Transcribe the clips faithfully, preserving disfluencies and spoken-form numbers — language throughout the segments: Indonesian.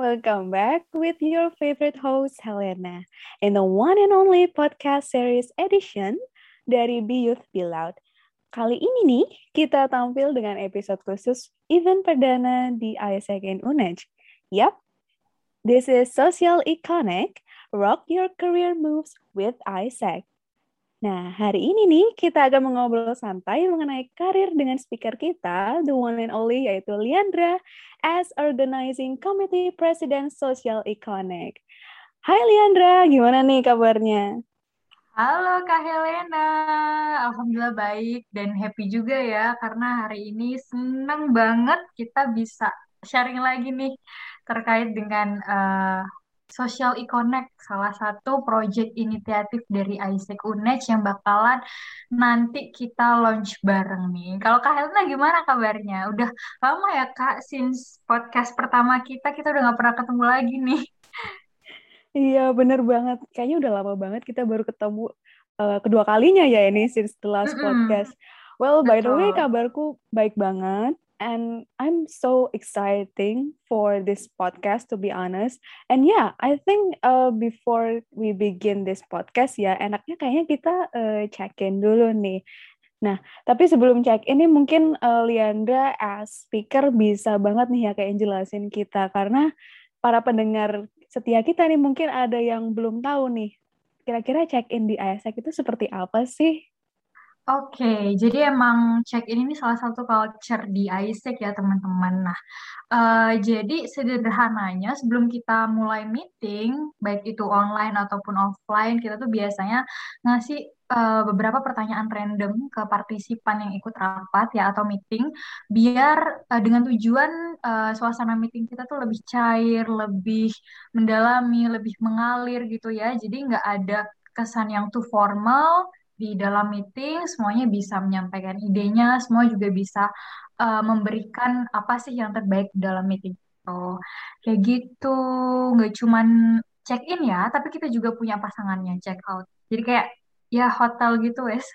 welcome back with your favorite host Helena in the one and only podcast series edition dari Be Youth Be Loud. Kali ini nih, kita tampil dengan episode khusus event perdana di AIESEC in UNED. Yap, this is Social Iconic, Rock Your Career Moves with AIESEC. Nah, hari ini nih kita akan mengobrol santai mengenai karir dengan speaker kita, the one and only, yaitu Liandra, as Organizing Committee President Social Iconic. Hai Liandra, gimana nih kabarnya? Halo Kak Helena, Alhamdulillah baik dan happy juga ya karena hari ini seneng banget kita bisa sharing lagi nih terkait dengan uh, Social Iconic, salah satu project inisiatif dari AIESEC UNED yang bakalan nanti kita launch bareng nih. Kalau Kak Helena gimana kabarnya? Udah lama ya Kak, since podcast pertama kita, kita udah gak pernah ketemu lagi nih. Iya, bener banget. Kayaknya udah lama banget kita baru ketemu uh, kedua kalinya ya ini since the last Mm-mm, podcast. Well, by the way, betul. kabarku baik banget. And I'm so exciting for this podcast, to be honest. And yeah, I think uh, before we begin this podcast ya, enaknya kayaknya kita uh, check-in dulu nih. Nah, tapi sebelum check-in nih mungkin uh, Liandra as speaker bisa banget nih ya kayak jelasin kita. Karena para pendengar setia kita nih mungkin ada yang belum tahu nih. Kira-kira check-in di AIESEC itu seperti apa sih? Oke, jadi emang check-in ini salah satu culture di AIESEC ya teman-teman. Nah, eh, jadi sederhananya sebelum kita mulai meeting, baik itu online ataupun offline, kita tuh biasanya ngasih eh, beberapa pertanyaan random ke partisipan yang ikut rapat ya atau meeting, biar eh, dengan tujuan eh, suasana meeting kita tuh lebih cair, lebih mendalami, lebih mengalir gitu ya. Jadi nggak ada kesan yang too formal di dalam meeting, semuanya bisa menyampaikan idenya, semua juga bisa uh, memberikan apa sih yang terbaik di dalam meeting itu. Kayak gitu, nggak cuman check in ya, tapi kita juga punya pasangannya check out. Jadi kayak ya hotel gitu wes.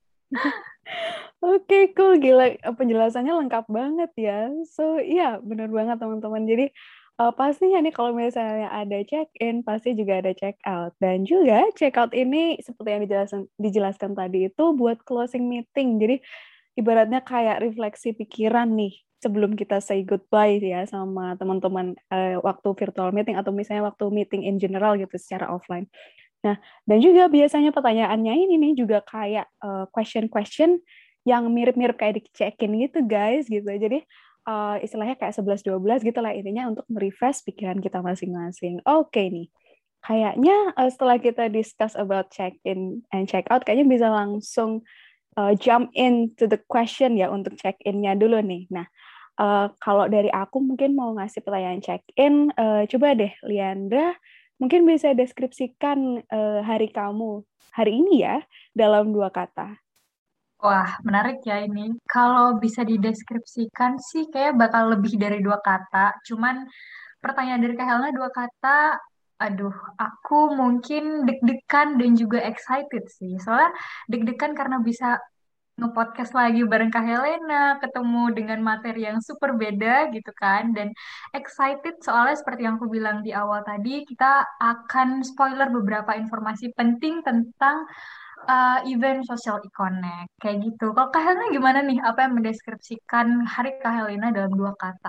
Oke, okay, cool. Gila, penjelasannya lengkap banget ya. So, iya, bener banget teman-teman. Jadi, uh, pastinya nih kalau misalnya ada check-in, pasti juga ada check-out. Dan juga check-out ini, seperti yang dijelaskan, dijelaskan tadi itu, buat closing meeting. Jadi, ibaratnya kayak refleksi pikiran nih, sebelum kita say goodbye ya sama teman-teman uh, waktu virtual meeting, atau misalnya waktu meeting in general gitu, secara offline. Nah, dan juga biasanya pertanyaannya ini nih juga kayak uh, question-question yang mirip-mirip kayak di check-in gitu guys gitu. Jadi uh, istilahnya kayak sebelas dua belas gitu lah intinya untuk merefresh pikiran kita masing-masing. Oke okay, nih. Kayaknya uh, setelah kita discuss about check-in and check-out, kayaknya bisa langsung uh, jump into the question ya untuk check-in-nya dulu nih. Nah, uh, kalau dari aku mungkin mau ngasih pertanyaan check-in, uh, coba deh Liandra, mungkin bisa deskripsikan uh, hari kamu hari ini ya dalam dua kata. Wah, menarik ya ini. Kalau bisa dideskripsikan sih kayak bakal lebih dari dua kata. Cuman pertanyaan dari Kak Helena dua kata, aduh, aku mungkin deg-degan dan juga excited sih. Soalnya deg-degan karena bisa nge-podcast lagi bareng Kak Helena, ketemu dengan materi yang super beda gitu kan. Dan excited soalnya seperti yang aku bilang di awal tadi, kita akan spoiler beberapa informasi penting tentang uh, event Social Iconic. Kayak gitu. Kalau Kak Helena gimana nih? Apa yang mendeskripsikan hari Kak Helena dalam dua kata?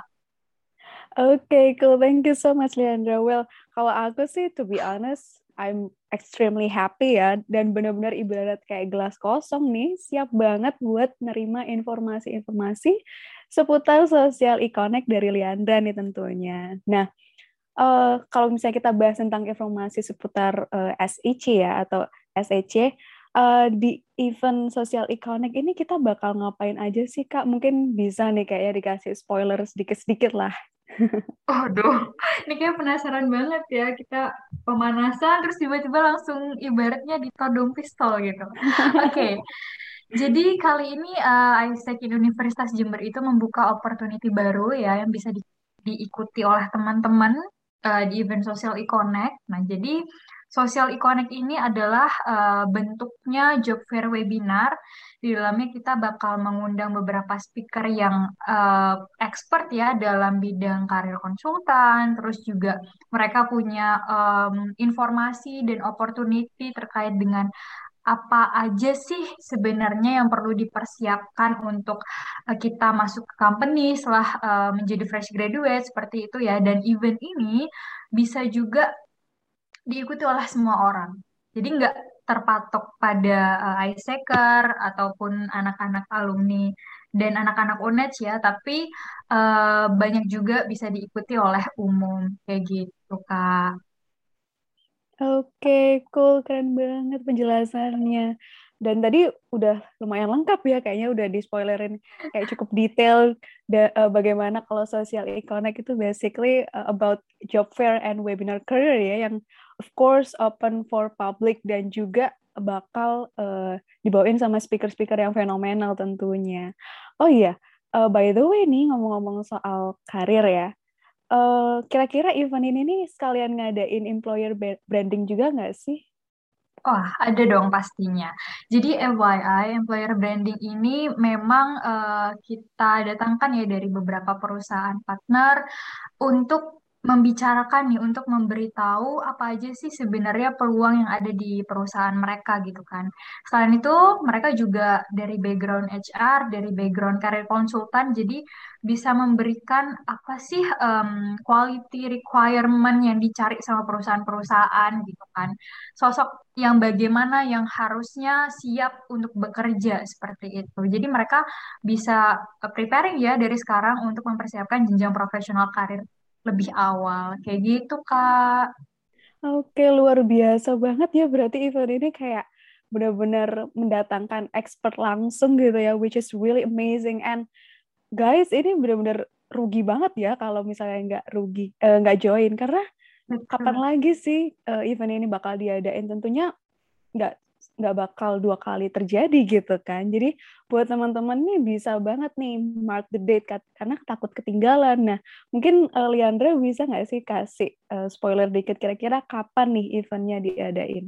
Oke, okay, cool. Thank you so much, Leandra. Well, kalau aku sih, to be honest, I'm extremely happy ya. Dan benar-benar ibarat kayak gelas kosong nih, siap banget buat nerima informasi-informasi seputar sosial ikonik dari Leandra nih tentunya. Nah, uh, kalau misalnya kita bahas tentang informasi seputar uh, S I C ya, atau S E C, uh, di event sosial ikonik ini kita bakal ngapain aja sih, Kak? Mungkin bisa nih kayaknya dikasih spoiler sedikit-sedikit lah. Aduh, ini kayak penasaran banget ya. Kita pemanasan, terus tiba-tiba langsung ibaratnya ditodong pistol gitu. Oke, jadi kali ini uh, AIESEC Universitas Jember itu membuka opportunity baru ya yang bisa di- diikuti oleh teman-teman uh, di event Social Iconnect. Nah, jadi Social Iconic ini adalah uh, bentuknya job fair webinar. Di dalamnya kita bakal mengundang beberapa speaker yang uh, expert ya dalam bidang karir konsultan, terus juga mereka punya um, informasi dan opportunity terkait dengan apa aja sih sebenarnya yang perlu dipersiapkan untuk uh, kita masuk ke company setelah uh, menjadi fresh graduate seperti itu ya. Dan event ini bisa juga diikuti oleh semua orang. Jadi nggak terpatok pada uh, Iceseeker ataupun anak-anak alumni dan anak-anak UNED ya, tapi uh, banyak juga bisa diikuti oleh umum kayak gitu, Kak. Oke, cool, keren banget penjelasannya. Dan tadi udah lumayan lengkap ya, kayaknya udah di-spoilerin kayak cukup detail da- eh, bagaimana kalau social iconic itu basically uh, about job fair and webinar career ya, yang of course open for public dan juga bakal uh, dibawain sama speaker-speaker yang fenomenal tentunya. Oh iya, uh, by the way nih ngomong-ngomong soal karir ya, Eh, kira-kira event ini nih sekalian ngadain employer ba- branding juga nggak sih? Wah, ada dong pastinya. Jadi F Y I, employer branding ini memang eh, kita datangkan ya dari beberapa perusahaan partner untuk membicarakan nih, untuk memberitahu apa aja sih sebenarnya peluang yang ada di perusahaan mereka gitu kan. Selain itu, mereka juga dari background H R, dari background karir konsultan, jadi bisa memberikan apa sih em, quality requirement yang dicari sama perusahaan-perusahaan gitu kan. Sosok yang bagaimana yang harusnya siap untuk bekerja seperti itu. Jadi mereka bisa eh, preparing ya dari sekarang untuk mempersiapkan jenjang profesional karir lebih awal. Kayak gitu, Kak. Oke, luar biasa banget ya berarti event ini kayak benar-benar mendatangkan expert langsung gitu ya, which is really amazing. And guys, ini benar-benar rugi banget ya kalau misalnya nggak rugi, eh, nggak join. Karena kapan Betul. lagi sih eh, event ini bakal diadain? Tentunya nggak nggak bakal dua kali terjadi gitu kan. Jadi buat teman-teman nih bisa banget nih mark the date karena takut ketinggalan. Nah, mungkin uh, Liandra bisa nggak sih kasih uh, spoiler dikit kira-kira kapan nih eventnya diadain?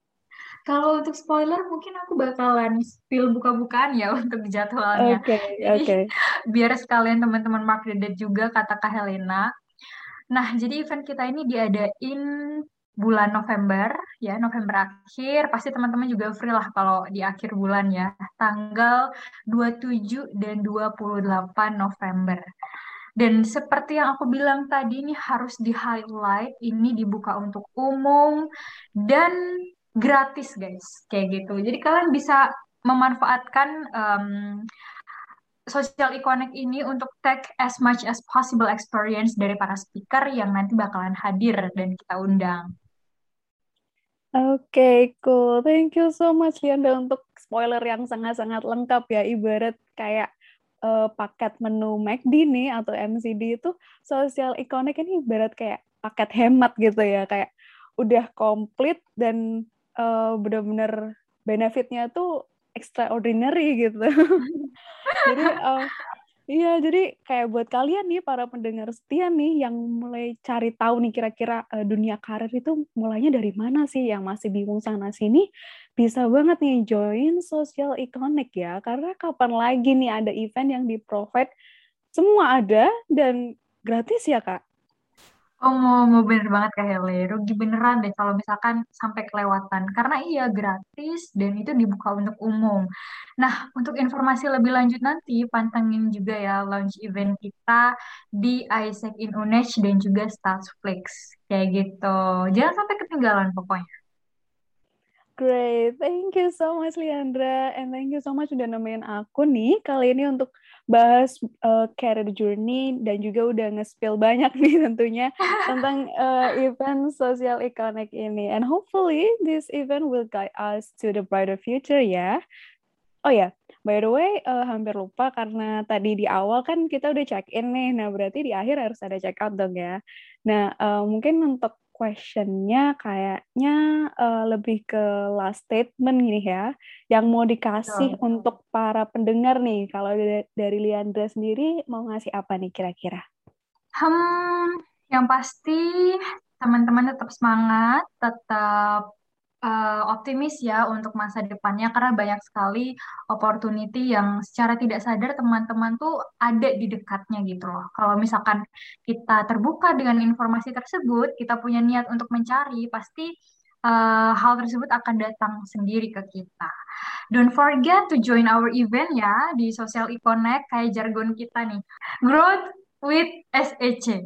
Kalau untuk spoiler mungkin aku bakalan spill buka-bukaan ya untuk jadwalnya. Oke, Jadi oke. biar sekalian teman-teman mark the date juga kata Kak Helena. Nah, jadi event kita ini diadain bulan November, ya, November akhir. Pasti teman-teman juga free lah kalau di akhir bulan ya. Tanggal dua puluh tujuh dan dua puluh delapan November. Dan seperti yang aku bilang tadi, ini harus di-highlight, ini dibuka untuk umum, dan gratis, guys. Kayak gitu. Jadi kalian bisa memanfaatkan em, Social Iconic ini untuk take as much as possible experience dari para speaker yang nanti bakalan hadir dan kita undang. Oke, cool. Thank you so much, Lianda, untuk spoiler yang sangat-sangat lengkap ya. Ibarat kayak eh, paket menu McD nih atau M C D itu Social Iconic ini ibarat kayak paket hemat gitu ya. Kayak udah komplit dan eh, benar-benar benefitnya tuh extraordinary gitu. Jadi eh, iya, jadi kayak buat kalian nih para pendengar setia nih yang mulai cari tahu nih kira-kira eh, dunia karir itu mulainya dari mana sih, yang masih bingung sana sini, bisa banget nih join Social Iconic ya. Karena kapan lagi nih ada event yang di-provide semua ada dan gratis ya, Kak? Oh, mau, mau bener banget Kak Hele. Rugi beneran deh kalau misalkan sampai kelewatan. Karena iya gratis dan itu dibuka untuk umum. Nah, untuk informasi lebih lanjut nanti, pantengin juga ya launch event kita di Isaac in Unech dan juga Statsflix. Kayak gitu. Jangan sampai ketinggalan pokoknya. Great, thank you so much Liandra, and thank you so much udah nemenin aku nih kali ini untuk bahas uh, career journey dan juga udah nge-spill banyak nih tentunya tentang uh, event Social Iconic ini. And hopefully this event will guide us to the brighter future ya. Oh ya, by the way, uh, hampir lupa karena tadi di awal kan kita udah check-in nih, nah berarti di akhir harus ada check-out dong ya. Nah, uh, mungkin untuk question-nya kayaknya uh, lebih ke last statement gini ya, yang mau dikasih Betul. untuk para pendengar nih. Kalau dari, dari Liandra sendiri mau ngasih apa nih kira-kira? Hmm, yang pasti teman-teman tetap semangat, tetap uh, optimis ya untuk masa depannya karena banyak sekali opportunity yang secara tidak sadar teman-teman tuh ada di dekatnya gitu loh. Kalau misalkan kita terbuka dengan informasi tersebut, kita punya niat untuk mencari, pasti uh, hal tersebut akan datang sendiri ke kita. Don't forget to join our event ya di Social Econnect kayak jargon kita nih. Growth with S E C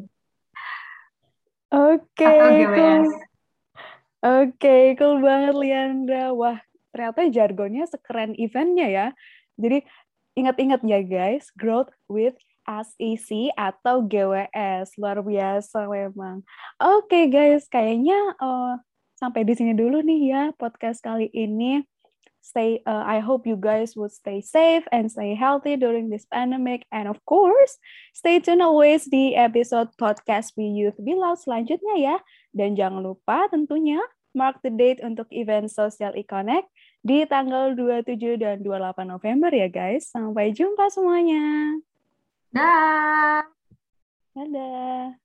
Oke, atau cool. G W S. Oke, cool banget Liandra. Wah, ternyata jargonnya sekeren eventnya ya. Jadi ingat-ingat ya guys, growth with S E C atau G W S. Luar biasa memang. Oke guys, kayaknya uh, sampai di sini dulu nih ya podcast kali ini. Stay, uh, I hope you guys would stay safe and stay healthy during this pandemic. And of course, stay tuned always di episode podcast Be Youth Be Loud selanjutnya ya. Dan jangan lupa tentunya mark the date untuk event Social Econnect di tanggal dua puluh tujuh dan dua puluh delapan November ya guys. Sampai jumpa semuanya. Dah. Dadah.